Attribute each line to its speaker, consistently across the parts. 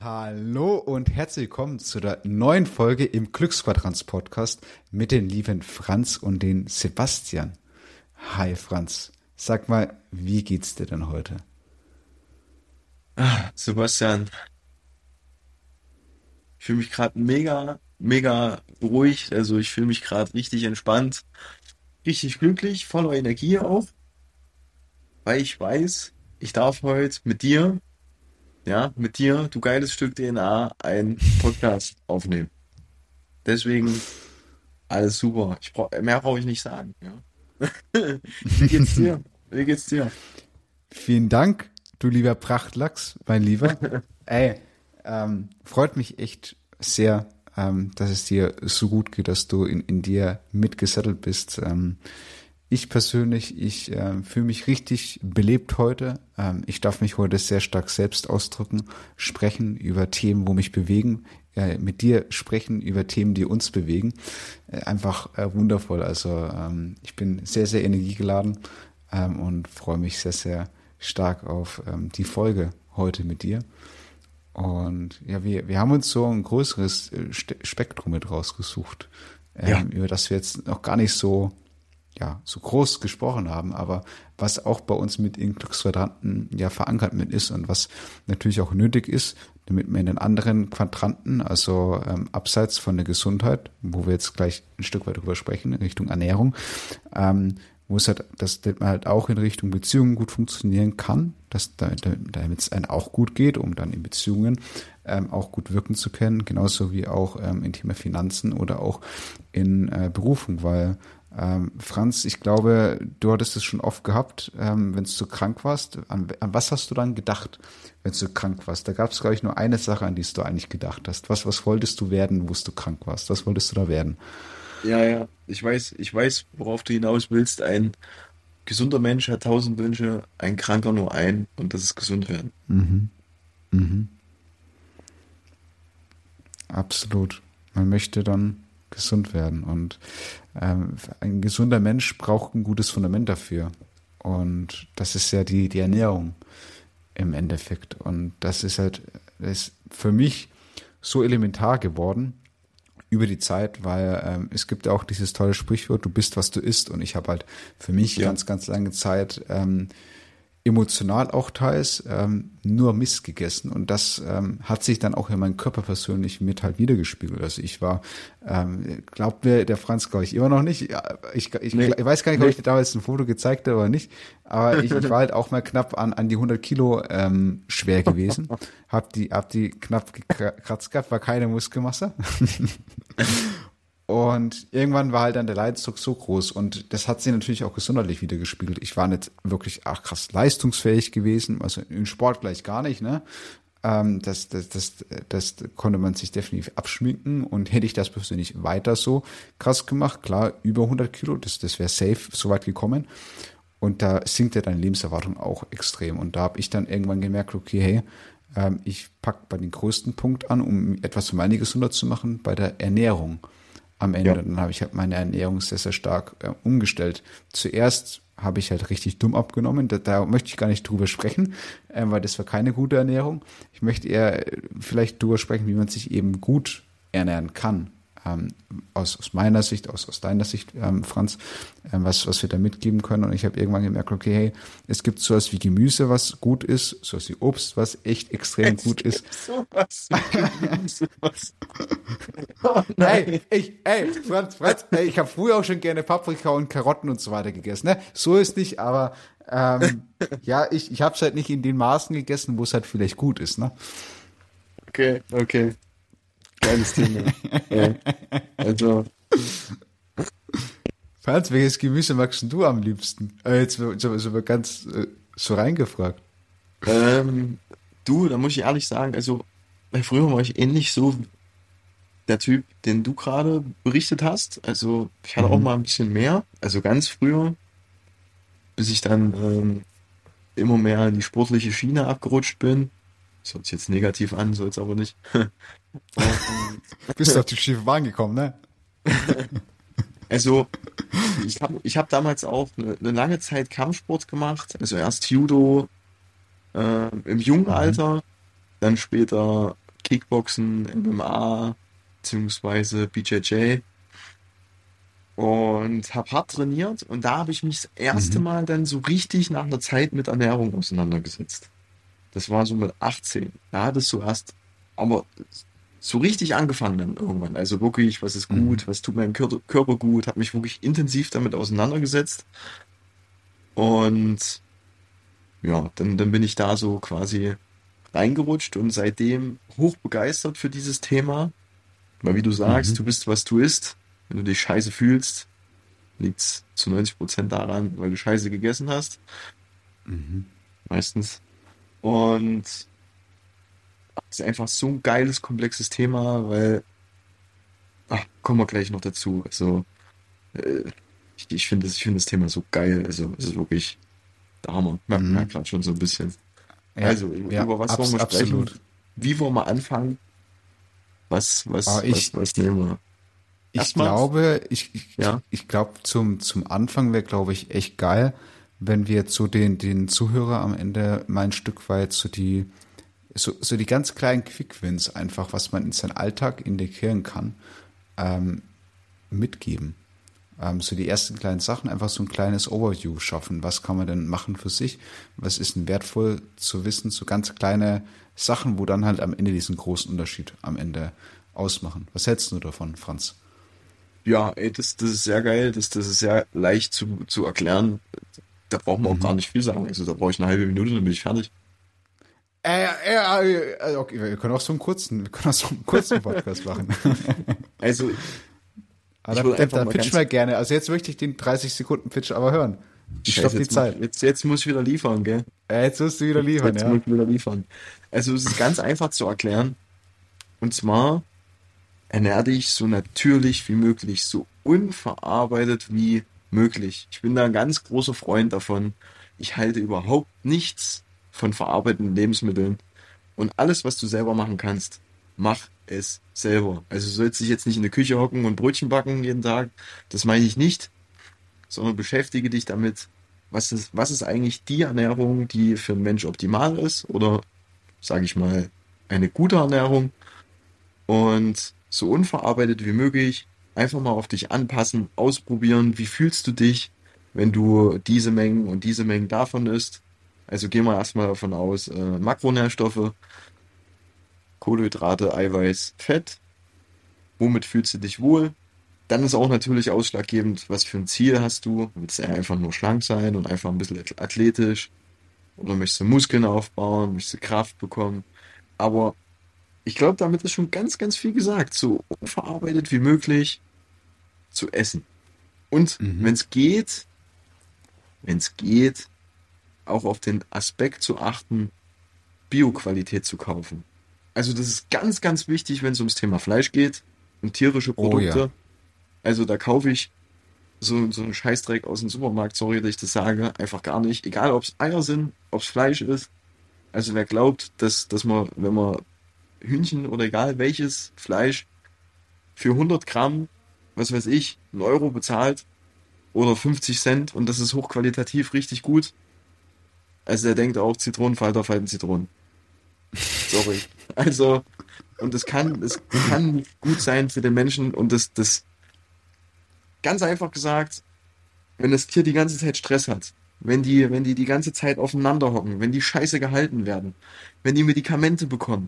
Speaker 1: Hallo und herzlich willkommen zu der neuen Folge im Glücksquadranz Podcast mit den lieben Franz und den Sebastian. Hi Franz, sag mal, wie geht's dir denn heute?
Speaker 2: Sebastian, ich fühle mich gerade mega ruhig. Also ich fühle mich gerade richtig entspannt, richtig glücklich, voller Energie auch, weil ich weiß, ich darf heute mit dir, du geiles Stück DNA, einen Podcast aufnehmen. Deswegen alles super. Mehr brauche ich nicht sagen. Ja. Wie geht's dir? Wie geht's dir?
Speaker 1: Vielen Dank, du lieber Prachtlachs, mein Lieber. Ey, freut mich echt sehr, dass es dir so gut geht, dass du in dir mitgesettelt bist. Ich persönlich, ich fühle mich richtig belebt heute. Ich darf mich heute sehr stark selbst ausdrücken, sprechen über Themen, wo mich bewegen, mit dir sprechen über Themen, die uns bewegen. Einfach wundervoll. Also ich bin sehr, sehr energiegeladen und freue mich sehr, sehr stark auf die Folge heute mit dir. Und ja, wir haben uns so ein größeres Spektrum mit rausgesucht,
Speaker 2: Ja,
Speaker 1: über das wir jetzt noch gar nicht so groß gesprochen haben, aber was auch bei uns mit in Glücksquadranten ja verankert mit ist und was natürlich auch nötig ist, damit man in den anderen Quadranten, also abseits von der Gesundheit, wo wir jetzt gleich ein Stück weit drüber sprechen, in Richtung Ernährung, wo es halt, dass man halt auch in Richtung Beziehungen gut funktionieren kann, damit es einem auch gut geht, um dann in Beziehungen auch gut wirken zu können, genauso wie auch in Thema Finanzen oder auch in Berufung, weil Franz, ich glaube, du hattest es schon oft gehabt, wenn du krank warst. An was hast du dann gedacht, wenn du krank warst? Da gab es, glaube ich, nur eine Sache, an die du eigentlich gedacht hast. Was wolltest du werden, wo du krank warst? Was wolltest du da werden?
Speaker 2: ja. Ich weiß, worauf du hinaus willst. Ein gesunder Mensch hat tausend Wünsche, ein Kranker nur einen und das ist gesund werden.
Speaker 1: Mhm. Absolut. Man möchte dann gesund werden und ein gesunder Mensch braucht ein gutes Fundament dafür. Und das ist ja die Ernährung im Endeffekt. Und das ist für mich so elementar geworden über die Zeit, weil es gibt ja auch dieses tolle Sprichwort, du bist, was du isst. Und ich habe halt für mich
Speaker 2: Ja,
Speaker 1: ganz, ganz lange Zeit emotional auch teils nur Mist gegessen und das hat sich dann auch in meinem Körper persönlich mit halt wiedergespiegelt. Also ich war, glaubt mir der Franz, glaube ich, immer noch nicht. Ja,
Speaker 2: nee,
Speaker 1: ich weiß gar nicht, ob
Speaker 2: nee.
Speaker 1: ich dir damals ein Foto gezeigt habe oder nicht, aber ich war halt auch mal knapp an die 100 Kilo schwer gewesen. Hab die knapp gekratzt gehabt, war keine Muskelmasse. Und irgendwann war halt dann der Leidensdruck so groß und das hat sich natürlich auch gesundheitlich wieder gespiegelt. Ich war nicht wirklich krass leistungsfähig gewesen, also im Sport gleich gar nicht, ne? Das konnte man sich definitiv abschminken und hätte ich das persönlich weiter so krass gemacht, klar, über 100 Kilo, das wäre safe so weit gekommen. Und da sinkt ja deine Lebenserwartung auch extrem. Und da habe ich dann irgendwann gemerkt, okay, hey, ich pack bei den größten Punkt an, um etwas für meine Gesundheit zu machen, bei der Ernährung am
Speaker 2: Ja,
Speaker 1: Ende. Dann habe ich halt meine Ernährung sehr, sehr stark umgestellt. Zuerst habe ich halt richtig dumm abgenommen. Da möchte ich gar nicht drüber sprechen, weil das war keine gute Ernährung. Ich möchte eher vielleicht drüber sprechen, wie man sich eben gut ernähren kann. Aus meiner Sicht, aus deiner Sicht, Franz, was wir da mitgeben können. Und ich habe irgendwann gemerkt, okay, hey, es gibt sowas wie Gemüse, was gut ist, sowas wie Obst, was echt extrem
Speaker 2: es
Speaker 1: gut ist.
Speaker 2: gibt sowas wie Gemüse, was. Oh
Speaker 1: Ey,
Speaker 2: nein.
Speaker 1: Franz, ey, ich habe früher auch schon gerne Paprika und Karotten und so weiter gegessen. Ne? So ist nicht, aber ja, ich habe es halt nicht in den Maßen gegessen, wo es halt vielleicht gut ist. Ne?
Speaker 2: Okay, okay. Geiles Thema. Ja. Also,
Speaker 1: Franz, welches Gemüse magst denn du am liebsten? Jetzt so ganz so reingefragt.
Speaker 2: ähm, du, da muss ich ehrlich sagen, also, weil früher war ich ähnlich so der Typ, den du gerade berichtet hast. Also, ich hatte auch
Speaker 1: Mhm.
Speaker 2: mal ein bisschen mehr, also ganz früher, bis ich dann immer mehr in die sportliche Schiene abgerutscht bin. Das hört sich jetzt negativ an, soll es aber nicht. Ähm,
Speaker 1: Bist du auf die schiefe Bahn gekommen, ne?
Speaker 2: Also, ich hab damals auch eine lange Zeit Kampfsport gemacht. Also erst Judo im jungen
Speaker 1: Mhm.
Speaker 2: Alter, dann später Kickboxen, MMA, beziehungsweise BJJ und habe hart trainiert und da habe ich mich das erste
Speaker 1: Mhm.
Speaker 2: Mal dann so richtig nach einer Zeit mit Ernährung auseinandergesetzt. Das war so mit 18. Da hat es so erst, aber so richtig angefangen dann irgendwann. Also wirklich, was ist
Speaker 1: Mhm.
Speaker 2: gut, was tut meinem Körper gut, habe mich wirklich intensiv damit auseinandergesetzt. Und ja, dann bin ich da so quasi reingerutscht und seitdem hoch begeistert für dieses Thema. Weil wie du sagst,
Speaker 1: Mhm.
Speaker 2: du bist, was du isst. Wenn du dich scheiße fühlst, liegt's zu 90% daran, weil du Scheiße gegessen hast.
Speaker 1: Mhm.
Speaker 2: Meistens. Und es ist einfach so ein geiles, komplexes Thema, weil, ach, kommen wir gleich noch dazu. Also, äh, ich finde das Thema so geil. Also, es ist wirklich der Hammer. Merkt man ja
Speaker 1: Mhm.
Speaker 2: gerade schon so ein bisschen.
Speaker 1: Ja,
Speaker 2: Also,
Speaker 1: ja,
Speaker 2: über was wollen wir
Speaker 1: absolut.
Speaker 2: sprechen? Wie wollen wir anfangen?
Speaker 1: Aber
Speaker 2: Was nehmen wir?
Speaker 1: ich
Speaker 2: Erstmal,
Speaker 1: glaube,
Speaker 2: ja,
Speaker 1: ich glaube, zum Anfang wäre, glaube ich, echt geil, wenn wir zu den Zuhörer am Ende mal ein Stück weit so die ganz kleinen Quick-Wins einfach, was man in seinen Alltag integrieren kann, mitgeben. So die ersten kleinen Sachen, einfach so ein kleines Overview schaffen. Was kann man denn machen für sich? Was ist denn wertvoll zu wissen? So ganz kleine Sachen, wo dann halt am Ende diesen großen Unterschied am Ende ausmachen. Was hältst du davon, Franz?
Speaker 2: ja, ey, das ist sehr geil. Das ist sehr leicht zu erklären. Da braucht man auch gar
Speaker 1: Mhm.
Speaker 2: nicht viel sagen. Also, da brauche ich eine halbe Minute, dann bin ich fertig.
Speaker 1: Okay, wir können auch so einen kurzen Podcast machen.
Speaker 2: Also,
Speaker 1: Aber
Speaker 2: ich würde einfach
Speaker 1: da
Speaker 2: mal
Speaker 1: pitchen
Speaker 2: ganz,
Speaker 1: wir gerne. Also jetzt möchte ich den 30 Sekunden Pitch aber hören. Ich
Speaker 2: Scheiße,
Speaker 1: stopp die Zeit.
Speaker 2: jetzt muss ich wieder liefern, gell?
Speaker 1: Jetzt musst du wieder liefern,
Speaker 2: Jetzt muss
Speaker 1: ja.
Speaker 2: ich wieder liefern. Also, es ist ganz einfach zu erklären. Und zwar, ernähr dich so natürlich wie möglich, so unverarbeitet wie möglich. Ich bin da ein ganz großer Freund davon. Ich halte überhaupt nichts von verarbeiteten Lebensmitteln. Und alles, was du selber machen kannst, mach es selber. Also du sollst dich jetzt nicht in der Küche hocken und Brötchen backen jeden Tag. Das meine ich nicht, sondern beschäftige dich damit, was ist eigentlich die Ernährung, die für einen Mensch optimal ist oder, sage ich mal, eine gute Ernährung und so unverarbeitet wie möglich einfach mal auf dich anpassen, ausprobieren, wie fühlst du dich, wenn du diese Mengen und diese Mengen davon isst. Also gehen wir erstmal davon aus, Makronährstoffe, Kohlenhydrate, Eiweiß, Fett. Womit fühlst du dich wohl? Dann ist auch natürlich ausschlaggebend, was für ein Ziel hast du. Willst du eher einfach nur schlank sein und einfach ein bisschen athletisch? Oder möchtest du Muskeln aufbauen? Möchtest du Kraft bekommen? Aber ich glaube, damit ist schon ganz, ganz viel gesagt. So unverarbeitet wie möglich zu essen. Und
Speaker 1: Mhm.
Speaker 2: wenn es geht, auch auf den Aspekt zu achten, Bioqualität zu kaufen. Also das ist ganz, ganz wichtig, wenn es ums Thema Fleisch geht und tierische
Speaker 1: Oh ja.
Speaker 2: Produkte. Also da kaufe ich so einen Scheißdreck aus dem Supermarkt, sorry, dass ich das sage, einfach gar nicht. Egal, ob es Eier sind, ob es Fleisch ist. Also wer glaubt, dass man, wenn man Hühnchen oder egal welches Fleisch für 100 Gramm, was weiß ich, 1 € bezahlt oder 50 Cent und das ist hochqualitativ richtig gut, also der denkt auch, Zitronenfalter falten Zitronen. Sorry. Also, und es kann nicht gut sein für den Menschen und das ganz einfach gesagt, wenn das Tier die ganze Zeit Stress hat, wenn die ganze Zeit aufeinander hocken, wenn die scheiße gehalten werden, wenn die Medikamente bekommen,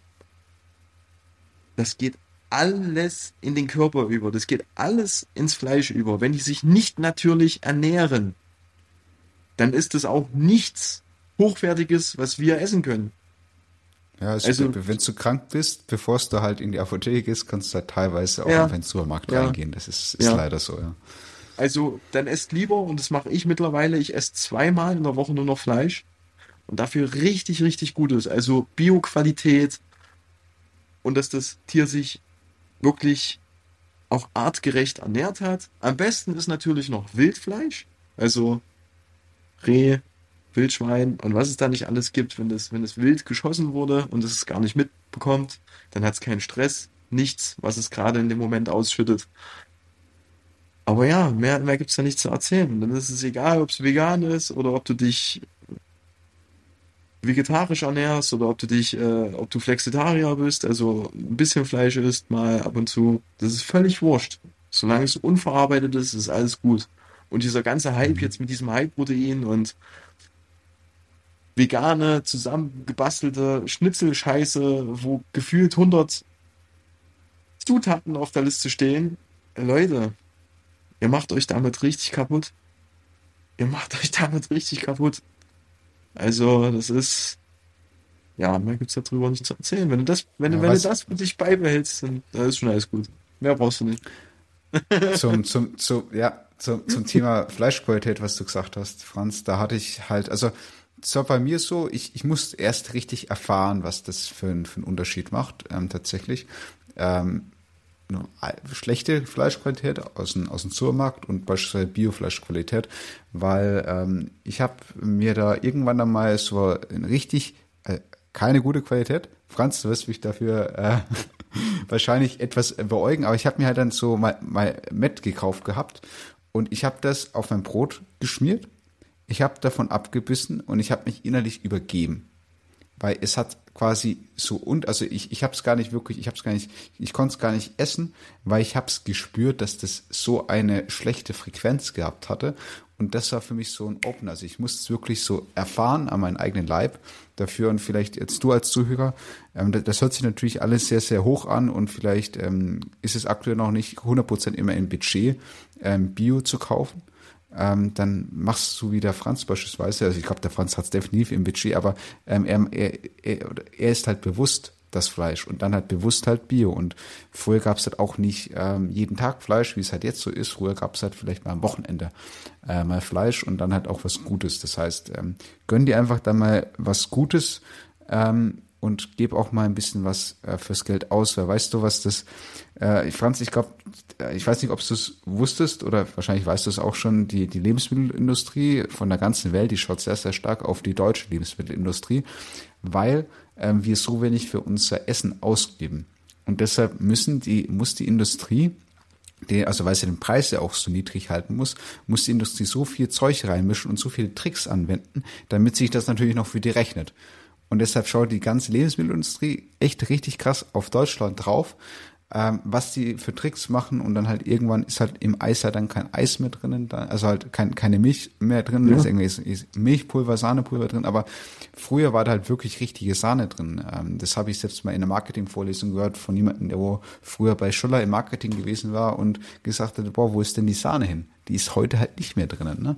Speaker 2: das geht alles in den Körper über, das geht alles ins Fleisch über. Wenn die sich nicht natürlich ernähren, dann ist es auch nichts Hochwertiges, was wir essen können.
Speaker 1: Ja, also,
Speaker 2: Also,
Speaker 1: wenn du krank bist, bevor du halt in die Apotheke gehst, kannst du halt teilweise auch einfach
Speaker 2: ja,
Speaker 1: in den Supermarkt
Speaker 2: ja,
Speaker 1: reingehen. Ist
Speaker 2: ja.
Speaker 1: leider so, ja.
Speaker 2: Also, dann esst lieber, und das mache ich mittlerweile, ich esse zweimal in der Woche nur noch Fleisch und dafür richtig, richtig Gutes. Also Bio-Qualität und dass das Tier sich wirklich auch artgerecht ernährt hat. Am besten ist natürlich noch Wildfleisch, also Reh, Wildschwein und was es da nicht alles gibt, wenn das wild geschossen wurde und es gar nicht mitbekommt, dann hat es keinen Stress, nichts, was es gerade in dem Moment ausschüttet. Aber ja, mehr gibt's da nicht zu erzählen. Dann ist es egal, ob es vegan ist oder ob du dich vegetarisch ernährst oder ob du Flexitarier bist, also ein bisschen Fleisch isst mal ab und zu, das ist völlig wurscht. Solange es unverarbeitet ist, ist alles gut. Und dieser ganze Hype
Speaker 1: Mhm.
Speaker 2: jetzt mit diesem High-Protein und vegane, zusammengebastelte Schnitzelscheiße, wo gefühlt 100 Zutaten auf der Liste stehen, Leute, ihr macht euch damit richtig kaputt. Ihr macht euch damit richtig kaputt. Also, das ist, ja, mehr gibt's darüber nicht zu erzählen.
Speaker 1: Ja,
Speaker 2: Wenn du das für dich beibehältst, dann ist schon alles gut. Mehr brauchst du nicht.
Speaker 1: zum Thema Fleischqualität, was du gesagt hast, Franz, da hatte ich halt, also es war bei mir so, ich musste erst richtig erfahren, was das für einen Unterschied macht, tatsächlich. Ähm, Schlechte Fleischqualität aus dem Supermarkt und beispielsweise Biofleischqualität, weil ich habe mir da irgendwann einmal so ein richtig keine gute Qualität. Franz, du wirst mich dafür wahrscheinlich etwas beäugen, aber ich habe mir halt dann so mal Met gekauft gehabt und ich habe das auf mein Brot geschmiert. Ich habe davon abgebissen und ich habe mich innerlich übergeben, weil es hat quasi so und also ich habe es gar nicht wirklich, ich konnte es gar nicht essen, weil ich habe es gespürt, dass das so eine schlechte Frequenz gehabt hatte und das war für mich so ein Open. Also ich musste es wirklich so erfahren an meinen eigenen Leib dafür und vielleicht jetzt du als Zuhörer, das hört sich natürlich alles sehr, sehr hoch an und vielleicht ist es aktuell noch nicht 100% immer im Budget, Bio zu kaufen, dann machst du wie der Franz beispielsweise, also ich glaube, der Franz hat es definitiv im Budget, aber er ist halt bewusst das Fleisch und dann halt bewusst halt Bio. Und früher gab es halt auch nicht jeden Tag Fleisch, wie es halt jetzt so ist. Früher gab es halt vielleicht mal am Wochenende mal Fleisch und dann halt auch was Gutes. Das heißt, gönn dir einfach dann mal was Gutes und gib auch mal ein bisschen was fürs Geld aus. Weil weißt du, was das, Franz, ich glaube, ich weiß nicht, ob du es wusstest oder wahrscheinlich weißt du es auch schon, die Lebensmittelindustrie von der ganzen Welt, die schaut sehr, sehr stark auf die deutsche Lebensmittelindustrie, weil wir so wenig für unser Essen ausgeben. Und deshalb muss die Industrie, also weil sie den Preis ja auch so niedrig halten muss die Industrie so viel Zeug reinmischen und so viele Tricks anwenden, damit sich das natürlich noch für die rechnet. Und deshalb schaut die ganze Lebensmittelindustrie echt richtig krass auf Deutschland drauf, was die für Tricks machen und dann halt irgendwann ist halt im Eis halt dann kein Eis mehr drinnen, also halt keine Milch mehr drin,
Speaker 2: Ja.
Speaker 1: ist irgendwie ist Milchpulver, Sahnepulver drin, aber früher war da halt wirklich richtige Sahne drin. Das habe ich selbst mal in einer Marketingvorlesung gehört von jemandem, der wo früher bei Scholler im Marketing gewesen war und gesagt hat, boah, wo ist denn die Sahne hin? Die ist heute halt nicht mehr drinnen, ne?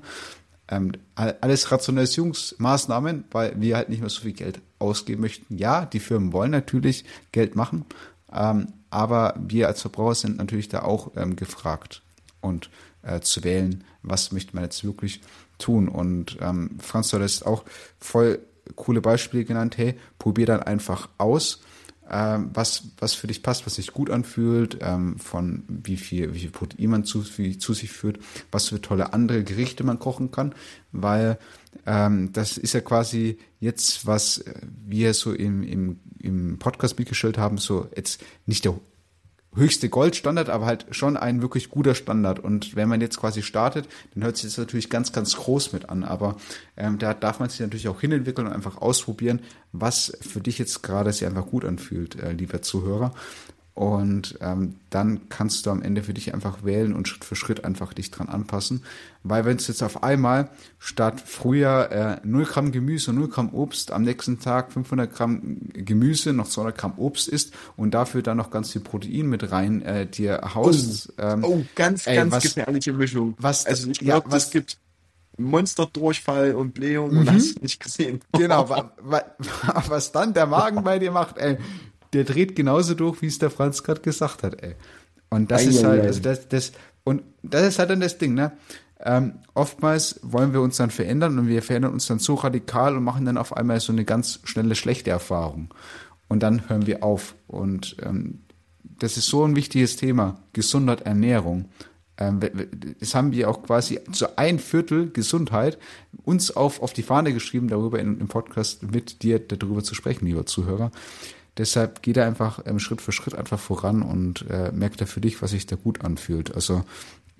Speaker 1: Alles Rationalisierungsmaßnahmen, weil wir halt nicht mehr so viel Geld ausgeben möchten. Ja, die Firmen wollen natürlich Geld machen, aber wir als Verbraucher sind natürlich da auch gefragt und zu wählen, was möchte man jetzt wirklich tun. Und Franz, du hast auch voll coole Beispiele genannt. Hey, probier dann einfach aus, was für dich passt, was sich gut anfühlt, von wie viel Protein man zu sich führt, was für tolle andere Gerichte man kochen kann, weil das ist ja quasi jetzt, was wir so im Podcast mitgestellt haben, so jetzt nicht der höchste Goldstandard, aber halt schon ein wirklich guter Standard. Und wenn man jetzt quasi startet, dann hört sich das natürlich ganz, ganz groß mit an. Aber da darf man sich natürlich auch hinentwickeln und einfach ausprobieren, was für dich jetzt gerade sich einfach gut anfühlt, lieber Zuhörer. Und dann kannst du am Ende für dich einfach wählen und Schritt für Schritt einfach dich dran anpassen. Weil wenn es jetzt auf einmal statt früher 0 Gramm Gemüse und 0 Gramm Obst am nächsten Tag 500 Gramm Gemüse, noch 200 Gramm Obst isst und dafür dann noch ganz viel Protein mit rein dir
Speaker 2: Oh,
Speaker 1: haust,
Speaker 2: ganz,
Speaker 1: ey,
Speaker 2: ganz gefährliche Mischung.
Speaker 1: was,
Speaker 2: Also ich
Speaker 1: ja,
Speaker 2: glaube, das gibt Monsterdurchfall und Blähung und
Speaker 1: mhm,
Speaker 2: hast du nicht gesehen.
Speaker 1: genau, was dann der Magen bei dir macht, ey, der dreht genauso durch, wie es der Franz gerade gesagt hat, ey. Und das ist halt, also
Speaker 2: Eieiei.
Speaker 1: und das ist halt dann das Ding, ne? Oftmals wollen wir uns dann verändern und wir verändern uns dann so radikal und machen dann auf einmal so eine ganz schnelle schlechte Erfahrung. Und dann hören wir auf. Und das ist so ein wichtiges Thema, Gesundheit, Ernährung. Das haben wir auch quasi zu ein Viertel Gesundheit uns auf die Fahne geschrieben, darüber im Podcast mit dir darüber zu sprechen, lieber Zuhörer. Deshalb geh da einfach Schritt für Schritt einfach voran und merk da für dich, was sich da gut anfühlt. Also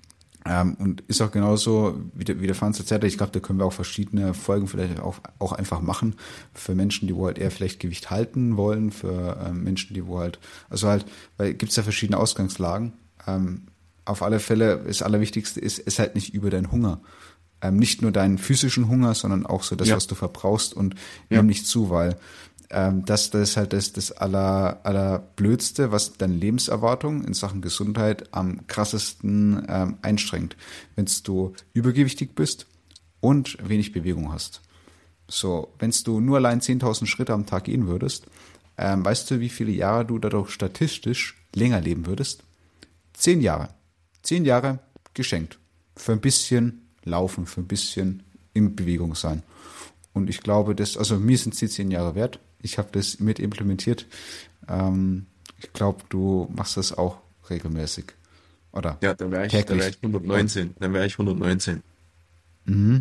Speaker 1: Und ist auch genauso, wie der Franz erzählt hat. Ich glaube, da können wir auch verschiedene Folgen vielleicht auch einfach machen für Menschen, die wo halt eher vielleicht Gewicht halten wollen, für Menschen, die wo halt, also halt, weil gibt's ja verschiedene Ausgangslagen. Auf alle Fälle, das Allerwichtigste ist halt nicht über deinen Hunger. Nicht nur deinen physischen Hunger, sondern auch so das,
Speaker 2: Ja,
Speaker 1: was du verbrauchst und
Speaker 2: ja,
Speaker 1: nimm nicht zu, weil das ist halt das Allerblödste, was deine Lebenserwartung in Sachen Gesundheit am krassesten einschränkt, wenn du übergewichtig bist und wenig Bewegung hast. So, wenn du nur allein 10.000 Schritte am Tag gehen würdest, weißt du, wie viele Jahre du dadurch statistisch länger leben würdest? 10 Jahre. 10 Jahre geschenkt. Für ein bisschen Laufen, für ein bisschen in Bewegung sein. Und ich glaube, also mir sind die 10 Jahre wert. Ich habe das mit implementiert. Ich glaube, du machst das auch regelmäßig. Oder
Speaker 2: ja, da wäre
Speaker 1: täglich.
Speaker 2: ich
Speaker 1: Und
Speaker 2: 119, dann wäre ich 119.
Speaker 1: mhm,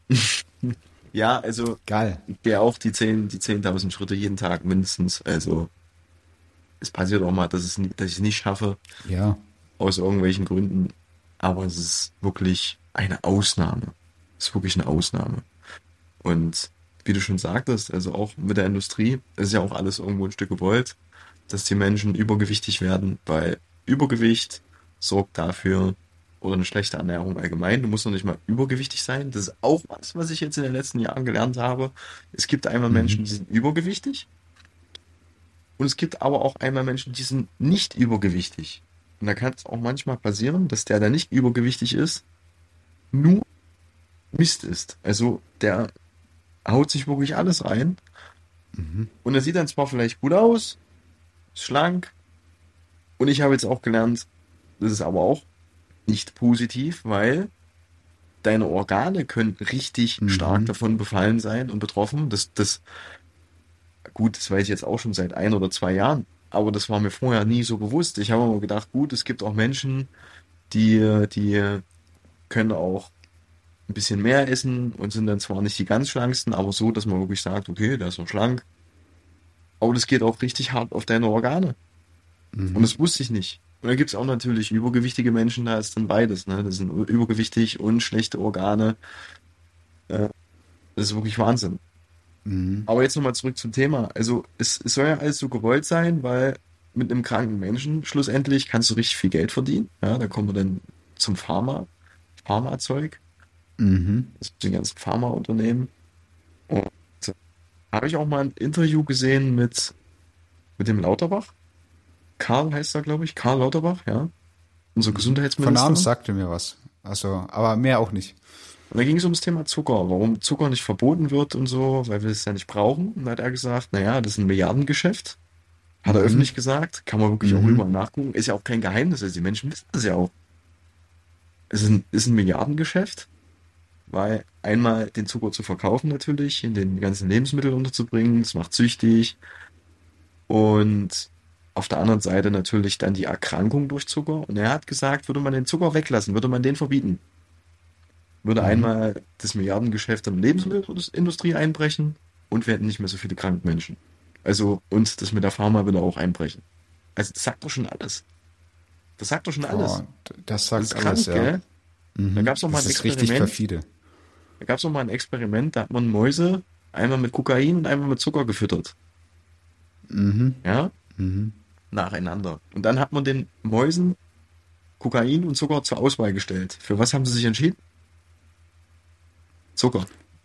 Speaker 2: Ja, also
Speaker 1: geil.
Speaker 2: ich gehe auch die 10.000 Schritte jeden Tag mindestens. Also es passiert auch mal, dass ich es nicht schaffe,
Speaker 1: Ja.
Speaker 2: aus irgendwelchen Gründen. Aber es ist wirklich eine Ausnahme. Es ist wirklich eine Ausnahme. Und wie du schon sagtest, also auch mit der Industrie, es ist ja auch alles irgendwo ein Stück gewollt, dass die Menschen übergewichtig werden, weil Übergewicht sorgt dafür, oder eine schlechte Ernährung allgemein. Du musst noch nicht mal übergewichtig sein. Das ist auch was, was ich jetzt in den letzten Jahren gelernt habe. Es gibt einmal
Speaker 1: Mhm.
Speaker 2: Menschen, die sind übergewichtig und es gibt aber auch einmal Menschen, die sind nicht übergewichtig. Und da kann es auch manchmal passieren, dass der nicht übergewichtig ist, nur Mist isst. Also der haut sich wirklich alles rein
Speaker 1: Mhm.
Speaker 2: und er sieht dann zwar vielleicht gut aus, ist schlank und ich habe jetzt auch gelernt, das ist aber auch nicht positiv, weil deine Organe können richtig stark
Speaker 1: Mhm.
Speaker 2: davon befallen sein und betroffen. Gut, das weiß ich jetzt auch schon seit 1 oder 2 Jahren, aber das war mir vorher nie so bewusst. Ich habe immer gedacht, gut, es gibt auch Menschen, die können auch ein bisschen mehr essen und sind dann zwar nicht die ganz schlanksten, aber so, dass man wirklich sagt, okay, der ist noch schlank. Aber das geht auch richtig hart auf deine Organe. Und
Speaker 1: Mhm.
Speaker 2: das wusste ich nicht. Und da gibt es auch natürlich übergewichtige Menschen, da ist dann beides, ne? Das sind übergewichtig und schlechte Organe. Äh, Das ist wirklich Wahnsinn.
Speaker 1: Mhm.
Speaker 2: Aber jetzt nochmal zurück zum Thema. Also es soll ja alles so gewollt sein, weil mit einem kranken Menschen schlussendlich kannst du richtig viel Geld verdienen. Ja, da kommen wir dann zum Pharmazeug,
Speaker 1: Mhm.
Speaker 2: also die ganzen Pharmaunternehmen. Und da habe ich auch mal ein Interview gesehen mit dem Lauterbach. Karl heißt er, glaube ich. Karl Lauterbach, ja. Unser
Speaker 1: Mhm. Von
Speaker 2: Gesundheitsminister.
Speaker 1: Namen
Speaker 2: Und
Speaker 1: sagte mir was. Also, aber mehr auch nicht.
Speaker 2: da ging es ums Thema Zucker, warum Zucker nicht verboten wird und so, weil wir es ja nicht brauchen. Und da hat er gesagt, naja, das ist ein Milliardengeschäft. Hat er
Speaker 1: Mhm.
Speaker 2: öffentlich gesagt, kann man wirklich auch
Speaker 1: Mhm.
Speaker 2: überall nachgucken. Ist ja auch kein Geheimnis, also die Menschen wissen das ja auch. Ist ein Milliardengeschäft, weil einmal den Zucker zu verkaufen natürlich, in den ganzen Lebensmitteln unterzubringen, das macht süchtig. Und auf der anderen Seite natürlich dann die Erkrankung durch Zucker. Und er hat gesagt, würde man den Zucker weglassen, würde man den verbieten, würde
Speaker 1: Mhm.
Speaker 2: einmal das Milliardengeschäft in der Lebensmittelindustrie einbrechen und wir hätten nicht mehr so viele kranke Menschen. Also, und das mit der Pharma würde auch einbrechen. Also, das sagt doch schon alles. Das sagt doch schon alles.
Speaker 1: Boah, das
Speaker 2: Das
Speaker 1: sagt
Speaker 2: ist
Speaker 1: alles,
Speaker 2: krank,
Speaker 1: ja.
Speaker 2: gell? Da
Speaker 1: Mhm.
Speaker 2: gab es noch mal
Speaker 1: Das
Speaker 2: ein
Speaker 1: ist richtig
Speaker 2: Experiment.
Speaker 1: perfide.
Speaker 2: Da gab es noch mal ein Experiment, da hat man Mäuse einmal mit Kokain und einmal mit Zucker gefüttert.
Speaker 1: Mhm.
Speaker 2: Ja?
Speaker 1: Mhm.
Speaker 2: Nacheinander. Und dann hat man den Mäusen Kokain und Zucker zur Auswahl gestellt. Für was haben sie sich entschieden? Zucker.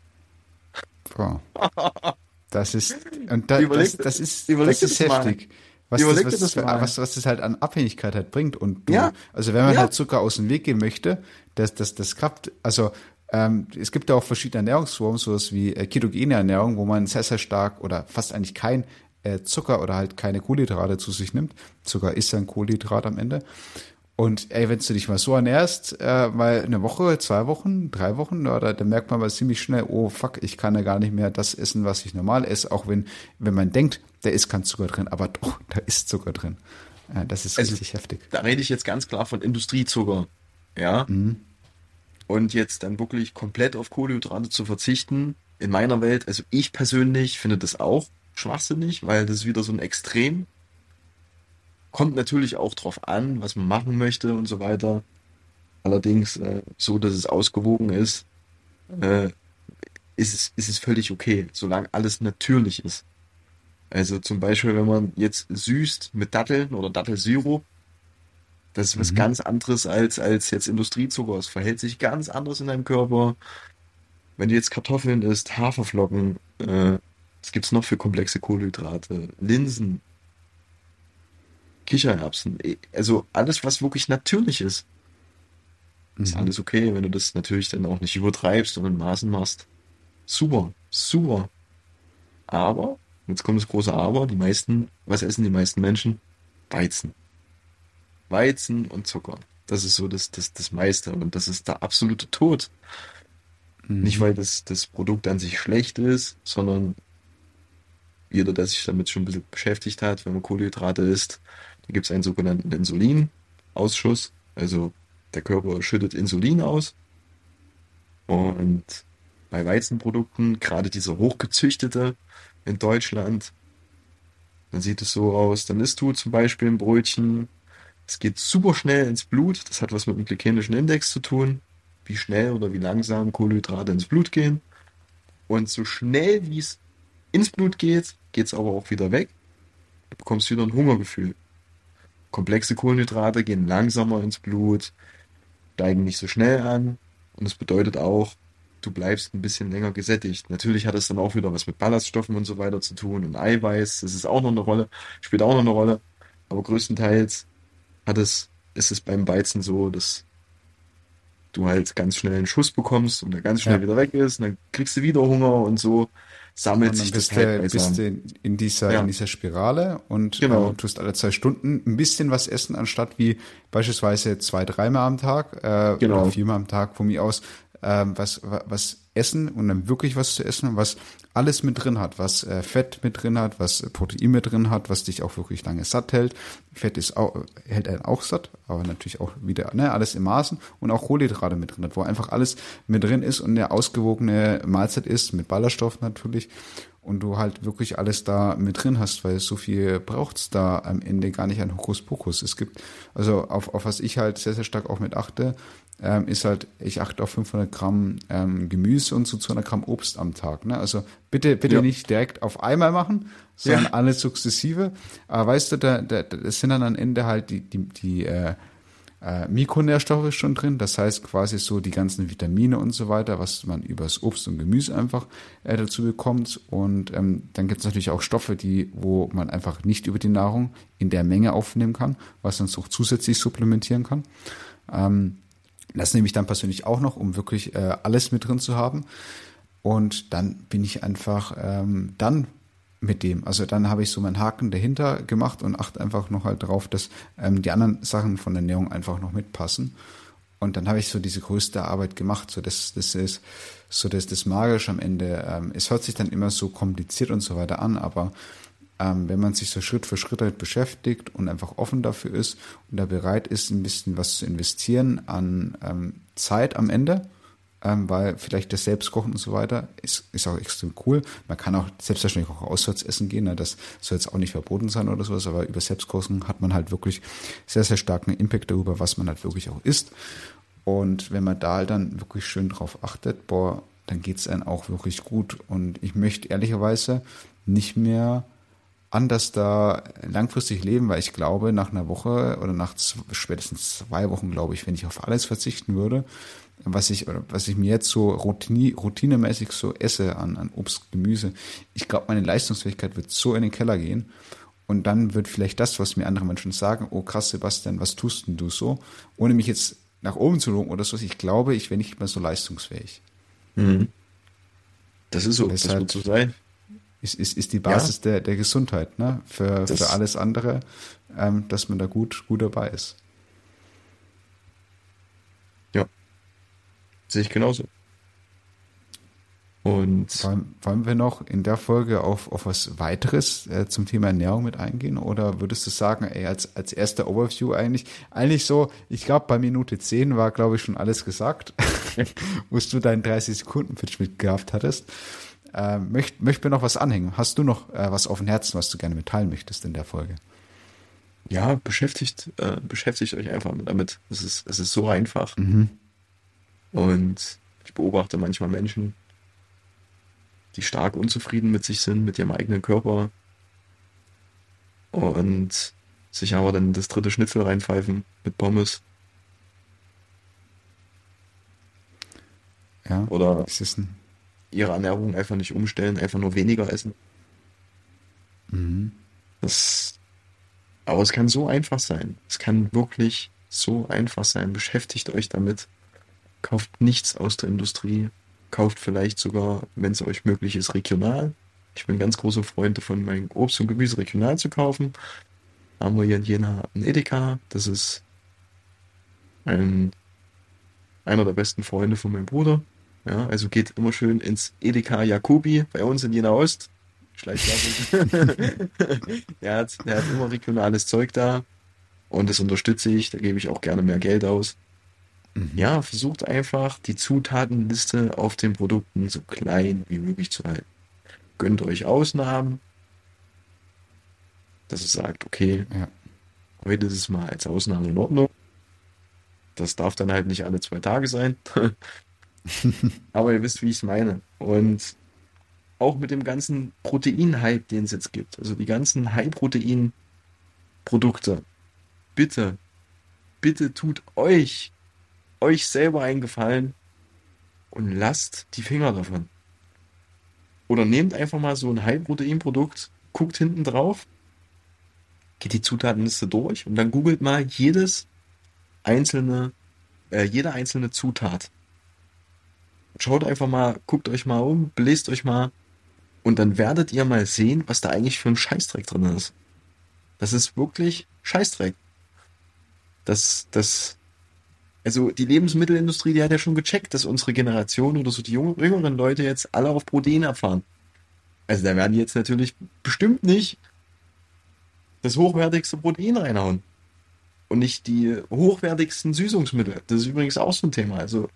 Speaker 1: Boah. Das ist, und
Speaker 2: Überleg, überleg
Speaker 1: das
Speaker 2: dir
Speaker 1: ist
Speaker 2: das mal.
Speaker 1: heftig.
Speaker 2: Überleg dir das mal.
Speaker 1: Was das halt an Abhängigkeit halt bringt. Und
Speaker 2: Ja,
Speaker 1: also wenn man
Speaker 2: ja.
Speaker 1: halt Zucker aus dem Weg gehen möchte, das klappt, also, es gibt ja auch verschiedene Ernährungsformen, sowas wie ketogene Ernährung, wo man sehr, sehr stark oder fast eigentlich kein Zucker oder halt keine Kohlenhydrate zu sich nimmt. Zucker ist ja ein Kohlenhydrat am Ende. Und ey, wenn du dich mal so ernährst, mal eine Woche, 2 Wochen, 3 Wochen, oder dann merkt man mal ziemlich schnell, oh fuck, ich kann ja gar nicht mehr das essen, was ich normal esse, auch wenn man denkt, da ist kein Zucker drin, aber doch, da ist Zucker drin. Das ist
Speaker 2: Also,
Speaker 1: richtig heftig.
Speaker 2: da rede ich jetzt ganz klar von Industriezucker. Ja.
Speaker 1: Mhm.
Speaker 2: Und jetzt dann wirklich komplett auf Kohlenhydrate zu verzichten, in meiner Welt, also ich persönlich finde das auch schwachsinnig, weil das ist wieder so ein Extrem. Kommt natürlich auch drauf an, was man machen möchte und so weiter. allerdings so, dass es ausgewogen ist, äh, ist es völlig okay, solange alles natürlich ist. Also zum Beispiel, wenn man jetzt süßt mit Datteln oder Dattelsirup, das ist was
Speaker 1: Mhm.
Speaker 2: ganz anderes als jetzt Industriezucker. Es verhält sich ganz anders in deinem Körper. Wenn du jetzt Kartoffeln isst, Haferflocken, was gibt's noch für komplexe Kohlenhydrate? Linsen, Kichererbsen, also alles, was wirklich natürlich ist
Speaker 1: Mhm.
Speaker 2: alles okay, wenn du das natürlich dann auch nicht übertreibst und in Maßen machst. Super, super. Aber, jetzt kommt das große Aber, was essen die meisten Menschen? Weizen. Weizen und Zucker. Das ist so das meiste und das ist der absolute Tod. Nicht,
Speaker 1: Mhm.
Speaker 2: weil das Produkt an sich schlecht ist, sondern jeder, der sich damit schon ein bisschen beschäftigt hat, wenn man Kohlenhydrate isst, da gibt es einen sogenannten Insulinausschuss. Also der Körper schüttet Insulin aus und bei Weizenprodukten, gerade dieser hochgezüchtete in Deutschland, dann sieht es so aus, dann isst du zum Beispiel ein Brötchen, es geht super schnell ins Blut, das hat was mit dem glykämischen Index zu tun, wie schnell oder wie langsam Kohlenhydrate ins Blut gehen. Und so schnell wie es ins Blut geht, geht es aber auch wieder weg. Du bekommst wieder ein Hungergefühl. Komplexe Kohlenhydrate gehen langsamer ins Blut, steigen nicht so schnell an. Und das bedeutet auch, du bleibst ein bisschen länger gesättigt. Natürlich hat es dann auch wieder was mit Ballaststoffen und so weiter zu tun und Eiweiß, das ist auch noch eine Rolle, spielt auch noch eine Rolle. Aber größtenteils ist es beim Weizen so, dass du halt ganz schnell einen Schuss bekommst und der ganz schnell
Speaker 1: Ja.
Speaker 2: wieder weg ist und dann kriegst du wieder Hunger und so sammelt
Speaker 1: Und dann
Speaker 2: sich das teilweise
Speaker 1: bist
Speaker 2: an.
Speaker 1: du in
Speaker 2: Ja,
Speaker 1: dieser Spirale und
Speaker 2: genau,
Speaker 1: tust alle 2 Stunden ein bisschen was essen, anstatt wie beispielsweise 2, 3 Mal am Tag oder
Speaker 2: genau.
Speaker 1: 4 Mal am Tag von mir aus was essen und dann wirklich was zu essen, was alles mit drin hat, was Fett mit drin hat, was Protein mit drin hat, was dich auch wirklich lange satt hält. Fett hält einen auch satt, aber natürlich auch wieder alles im Maßen und auch Kohlenhydrate mit drin hat, wo einfach alles mit drin ist und eine ausgewogene Mahlzeit ist, mit Ballaststoff natürlich und du halt wirklich alles da mit drin hast, weil so viel braucht's da am Ende gar nicht an Hokuspokus. Es gibt, also auf was ich halt sehr, sehr stark auch mit achte, ist halt, ich achte auf 500 Gramm Gemüse und so 200 Gramm Obst am Tag. Ne? Also bitte
Speaker 2: Ja,
Speaker 1: nicht direkt auf einmal machen,
Speaker 2: ja,
Speaker 1: sondern alles sukzessive. Aber weißt du, das sind dann am Ende halt die Mikronährstoffe schon drin, das heißt quasi so die ganzen Vitamine und so weiter, was man übers Obst und Gemüse einfach dazu bekommt. Und dann gibt es natürlich auch Stoffe, wo man einfach nicht über die Nahrung in der Menge aufnehmen kann, was man so zusätzlich supplementieren kann. Das nehme ich dann persönlich auch noch, um wirklich alles mit drin zu haben. Und dann bin ich einfach dann mit dem. Also dann habe ich so meinen Haken dahinter gemacht und achte einfach noch halt drauf, dass die anderen Sachen von der Ernährung einfach noch mitpassen. Und dann habe ich so diese größte Arbeit gemacht. So das ist so das Magische am Ende. Es hört sich dann immer so kompliziert und so weiter an, aber wenn man sich so Schritt für Schritt damit beschäftigt und einfach offen dafür ist und da bereit ist, ein bisschen was zu investieren an Zeit am Ende, weil vielleicht das Selbstkochen und so weiter ist auch extrem cool. Man kann auch selbstverständlich auch auswärts essen gehen, ne? Das soll jetzt auch nicht verboten sein oder sowas, aber über Selbstkochen hat man halt wirklich sehr, sehr starken Impact darüber, was man halt wirklich auch isst. Und wenn man da halt dann wirklich schön drauf achtet, boah, dann geht's einem auch wirklich gut. Und ich möchte ehrlicherweise nicht mehr anders da langfristig leben, weil ich glaube, nach einer Woche oder spätestens 2 Wochen, glaube ich, wenn ich auf alles verzichten würde, was ich mir jetzt so routinemäßig so esse an Obst, Gemüse, ich glaube, meine Leistungsfähigkeit wird so in den Keller gehen. Und dann wird vielleicht das, was mir andere Menschen sagen, oh krass, Sebastian, was tust denn du so? Ohne mich jetzt nach oben zu loben oder so, ich glaube, ich wäre nicht mehr so leistungsfähig.
Speaker 2: mhm. Das ist
Speaker 1: Und
Speaker 2: so, das wird so
Speaker 1: deshalb
Speaker 2: sein.
Speaker 1: ist die
Speaker 2: Ja,
Speaker 1: Basis der Gesundheit, ne? Für
Speaker 2: das,
Speaker 1: alles andere, dass man da gut dabei ist.
Speaker 2: ja, sehe ich genauso. Und
Speaker 1: Wollen wir noch in der Folge auf was weiteres zum Thema Ernährung mit eingehen? Oder würdest du sagen, ey, als erster Overview eigentlich so, ich glaube, bei Minute 10 war, glaube ich, schon alles gesagt, wo du deinen 30-Sekunden-Pitch mit gehabt hattest. Möchten wir noch was anhängen? Hast du noch was auf dem Herzen, was du gerne mitteilen möchtest in der Folge?
Speaker 2: Ja, beschäftigt euch einfach damit. Es ist so einfach.
Speaker 1: Mhm.
Speaker 2: Und ich beobachte manchmal Menschen, die stark unzufrieden mit sich sind, mit ihrem eigenen Körper und sich aber dann das dritte Schnitzel reinpfeifen mit Pommes
Speaker 1: Ja,
Speaker 2: oder
Speaker 1: es ist ein,
Speaker 2: ihre Ernährung einfach nicht umstellen, einfach nur weniger essen.
Speaker 1: mhm.
Speaker 2: Das, aber es kann so einfach sein. Es kann wirklich so einfach sein. Beschäftigt euch damit. Kauft nichts aus der Industrie. Kauft vielleicht sogar, wenn es euch möglich ist, regional. Ich bin ganz großer Freund davon, mein Obst und Gemüse regional zu kaufen. Haben wir hier in Jena einen Edeka. Das ist ein, einer der besten Freunde von meinem Bruder. Ja, also geht immer schön ins Edeka Jacobi bei uns in Jena Ost. Schleichwerbung. Der hat immer regionales Zeug da und das unterstütze ich. Da gebe ich auch gerne mehr Geld aus.
Speaker 1: Mhm.
Speaker 2: Ja, versucht einfach die Zutatenliste auf den Produkten so klein wie möglich zu halten. Gönnt euch Ausnahmen, dass ihr sagt, okay,
Speaker 1: Ja.
Speaker 2: heute ist es mal als Ausnahme in Ordnung. Das darf dann halt nicht alle 2 Tage sein. Aber ihr wisst, wie ich es meine. Und auch mit dem ganzen Protein-Hype, den es jetzt gibt, also die ganzen High-Protein-Produkte, bitte, bitte tut euch selber einen Gefallen und lasst die Finger davon. Oder nehmt einfach mal so ein High-Protein-Produkt, guckt hinten drauf, geht die Zutatenliste durch und dann googelt mal einzelne, jede einzelne Zutat. Schaut einfach mal, guckt euch mal um, belest euch mal und dann werdet ihr mal sehen, was da eigentlich für ein Scheißdreck drin ist. Das ist wirklich Scheißdreck. Das, also die Lebensmittelindustrie, die hat ja schon gecheckt, dass unsere Generation oder so die jüngeren Leute jetzt alle auf Protein abfahren. Also da werden die jetzt natürlich bestimmt nicht das hochwertigste Protein reinhauen und nicht die hochwertigsten Süßungsmittel. Das ist übrigens auch so ein Thema. Also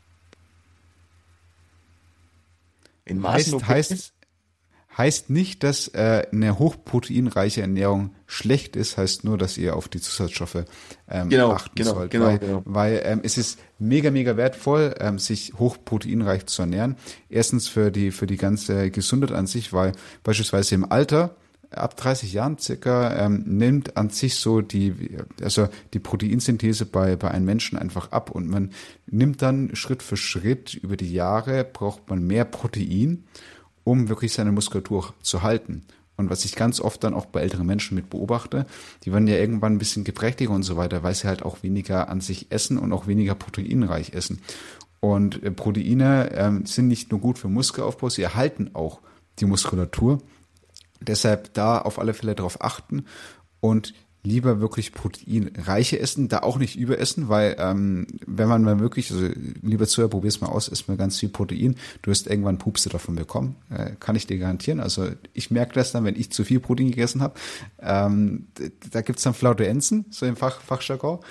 Speaker 2: in Maßen
Speaker 1: Heißt,
Speaker 2: okay.
Speaker 1: heißt, heißt nicht, dass eine hochproteinreiche Ernährung schlecht ist, heißt nur, dass ihr auf die Zusatzstoffe
Speaker 2: Genau,
Speaker 1: achten
Speaker 2: genau,
Speaker 1: sollt,
Speaker 2: genau, genau.
Speaker 1: weil es ist mega, mega wertvoll, sich hochproteinreich zu ernähren. Erstens für die ganze Gesundheit an sich, weil beispielsweise im Alter, ab 30 Jahren circa, nimmt an sich so die Proteinsynthese bei einem Menschen einfach ab und man nimmt dann Schritt für Schritt über die Jahre, braucht man mehr Protein, um wirklich seine Muskulatur zu halten. Und was ich ganz oft dann auch bei älteren Menschen mit beobachte, die werden ja irgendwann ein bisschen geprächtiger und so weiter, weil sie halt auch weniger an sich essen und auch weniger proteinreich essen. Und Proteine sind nicht nur gut für Muskelaufbau, sie erhalten auch die Muskulatur. Deshalb da auf alle Fälle darauf achten und lieber wirklich proteinreiche essen, da auch nicht überessen, weil wenn man mal wirklich, also lieber Zuhörer, probier's mal aus, isst mal ganz viel Protein, du wirst irgendwann Pupse davon bekommen, kann ich dir garantieren. Also ich merke das dann, wenn ich zu viel Protein gegessen habe. Da gibt's dann Flautulenzen, so im Fachjargon.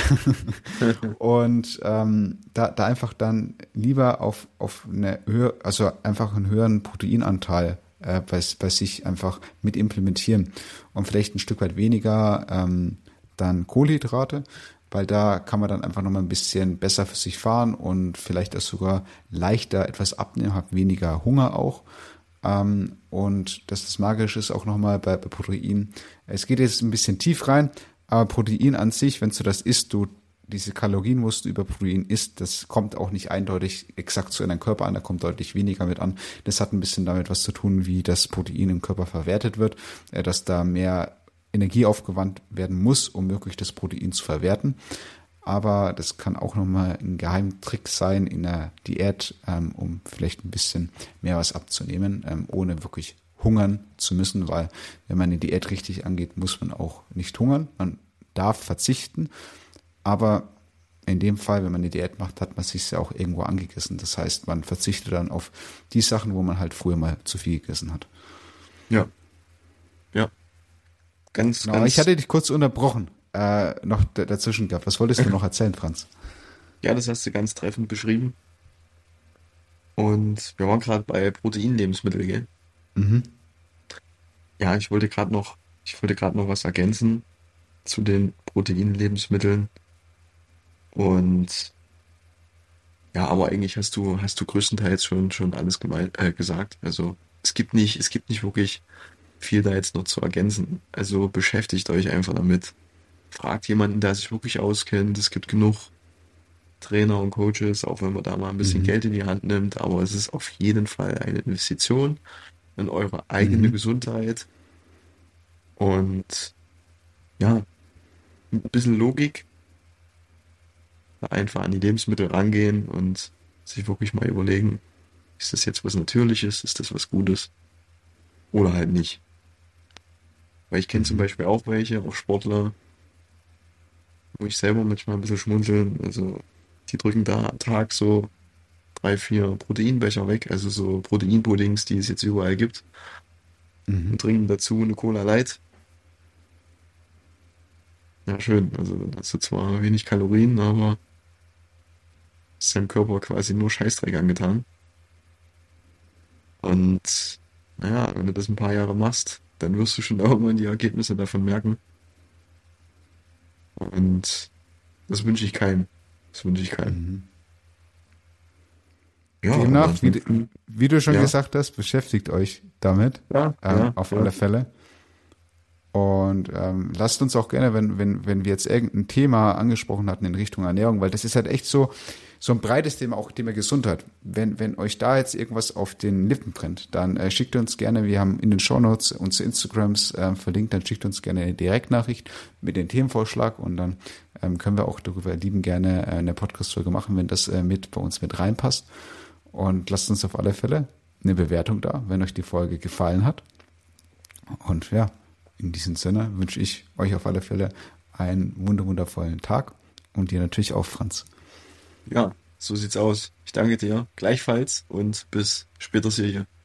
Speaker 1: Und da einfach dann lieber auf eine höher, also einfach einen höheren Proteinanteil bei sich einfach mit implementieren und vielleicht ein Stück weit weniger dann Kohlenhydrate, weil da kann man dann einfach nochmal ein bisschen besser für sich fahren und vielleicht auch sogar leichter etwas abnehmen, hat weniger Hunger auch. Und das Magische ist auch nochmal bei Protein. Es geht jetzt ein bisschen tief rein, aber Protein an sich, wenn du das isst, diese Kalorien, wo du über Protein isst, das kommt auch nicht eindeutig exakt zu deinem Körper an, da kommt deutlich weniger mit an. Das hat ein bisschen damit was zu tun, wie das Protein im Körper verwertet wird, dass da mehr Energie aufgewandt werden muss, um wirklich das Protein zu verwerten. Aber das kann auch nochmal ein Geheimtrick sein in der Diät, um vielleicht ein bisschen mehr was abzunehmen, ohne wirklich hungern zu müssen, weil wenn man eine Diät richtig angeht, muss man auch nicht hungern. Man darf verzichten, aber in dem Fall, wenn man eine Diät macht, hat man sich ja auch irgendwo angegessen. Das heißt, man verzichtet dann auf die Sachen, wo man halt früher mal zu viel gegessen hat.
Speaker 2: Ja, ja. Ganz,
Speaker 1: Genau, ich
Speaker 2: ganz,
Speaker 1: hatte dich kurz unterbrochen, noch dazwischen gehabt. Was wolltest du noch erzählen, Franz?
Speaker 2: ja, das hast du ganz treffend beschrieben. Und wir waren gerade bei Proteinlebensmitteln, gell?
Speaker 1: Mhm.
Speaker 2: Ja, ich wollte gerade noch was ergänzen. zu den Proteinlebensmitteln. Und ja, aber eigentlich hast du größtenteils schon alles gesagt. Also es gibt nicht wirklich viel da jetzt noch zu ergänzen. Also beschäftigt euch einfach damit. Fragt jemanden, der sich wirklich auskennt. Es gibt genug Trainer und Coaches, auch wenn man da mal ein bisschen
Speaker 1: Mhm.
Speaker 2: Geld in die Hand nimmt. Aber es ist auf jeden Fall eine Investition in eure eigene
Speaker 1: Mhm.
Speaker 2: Gesundheit. Und ja, ein bisschen Logik, da einfach an die Lebensmittel rangehen und sich wirklich mal überlegen, ist das jetzt was Natürliches, ist das was Gutes oder halt nicht. Weil ich kenne zum
Speaker 1: Mhm.
Speaker 2: Beispiel auch welche, auch Sportler, wo ich selber manchmal ein bisschen schmunzeln. Also die drücken da am Tag so 3, 4 Proteinbecher weg, also so Proteinpuddings, die es jetzt überall gibt,
Speaker 1: Mhm.
Speaker 2: und trinken dazu eine Cola Light. Ja, schön. Also dann hast du zwar wenig Kalorien, aber ist deinem Körper quasi nur Scheißdreck angetan. Und naja, wenn du das ein paar Jahre machst, dann wirst du schon irgendwann die Ergebnisse davon merken. Und das wünsche ich keinem. Das wünsche ich keinem.
Speaker 1: Mhm.
Speaker 2: Ja, aber
Speaker 1: Demnach,
Speaker 2: ansonsten,
Speaker 1: wie du schon
Speaker 2: ja,
Speaker 1: gesagt hast, beschäftigt euch damit,
Speaker 2: ja, ja,
Speaker 1: auf
Speaker 2: ja.
Speaker 1: alle Fälle. Und lasst uns auch gerne, wenn wir jetzt irgendein Thema angesprochen hatten in Richtung Ernährung, weil das ist halt echt so ein breites Thema, auch Thema Gesundheit. Wenn euch da jetzt irgendwas auf den Lippen brennt, dann schickt uns gerne, wir haben in den Shownotes unsere Instagrams verlinkt, dann schickt uns gerne eine Direktnachricht mit dem Themenvorschlag und dann können wir auch darüber lieben gerne eine Podcast-Folge machen, wenn das mit bei uns mit reinpasst. Und lasst uns auf alle Fälle eine Bewertung da, wenn euch die Folge gefallen hat. Und ja, in diesem Sinne wünsche ich euch auf alle Fälle einen wundervollen Tag und dir natürlich auch, Franz.
Speaker 2: Ja, so sieht's aus. Ich danke dir gleichfalls und bis später, Silje.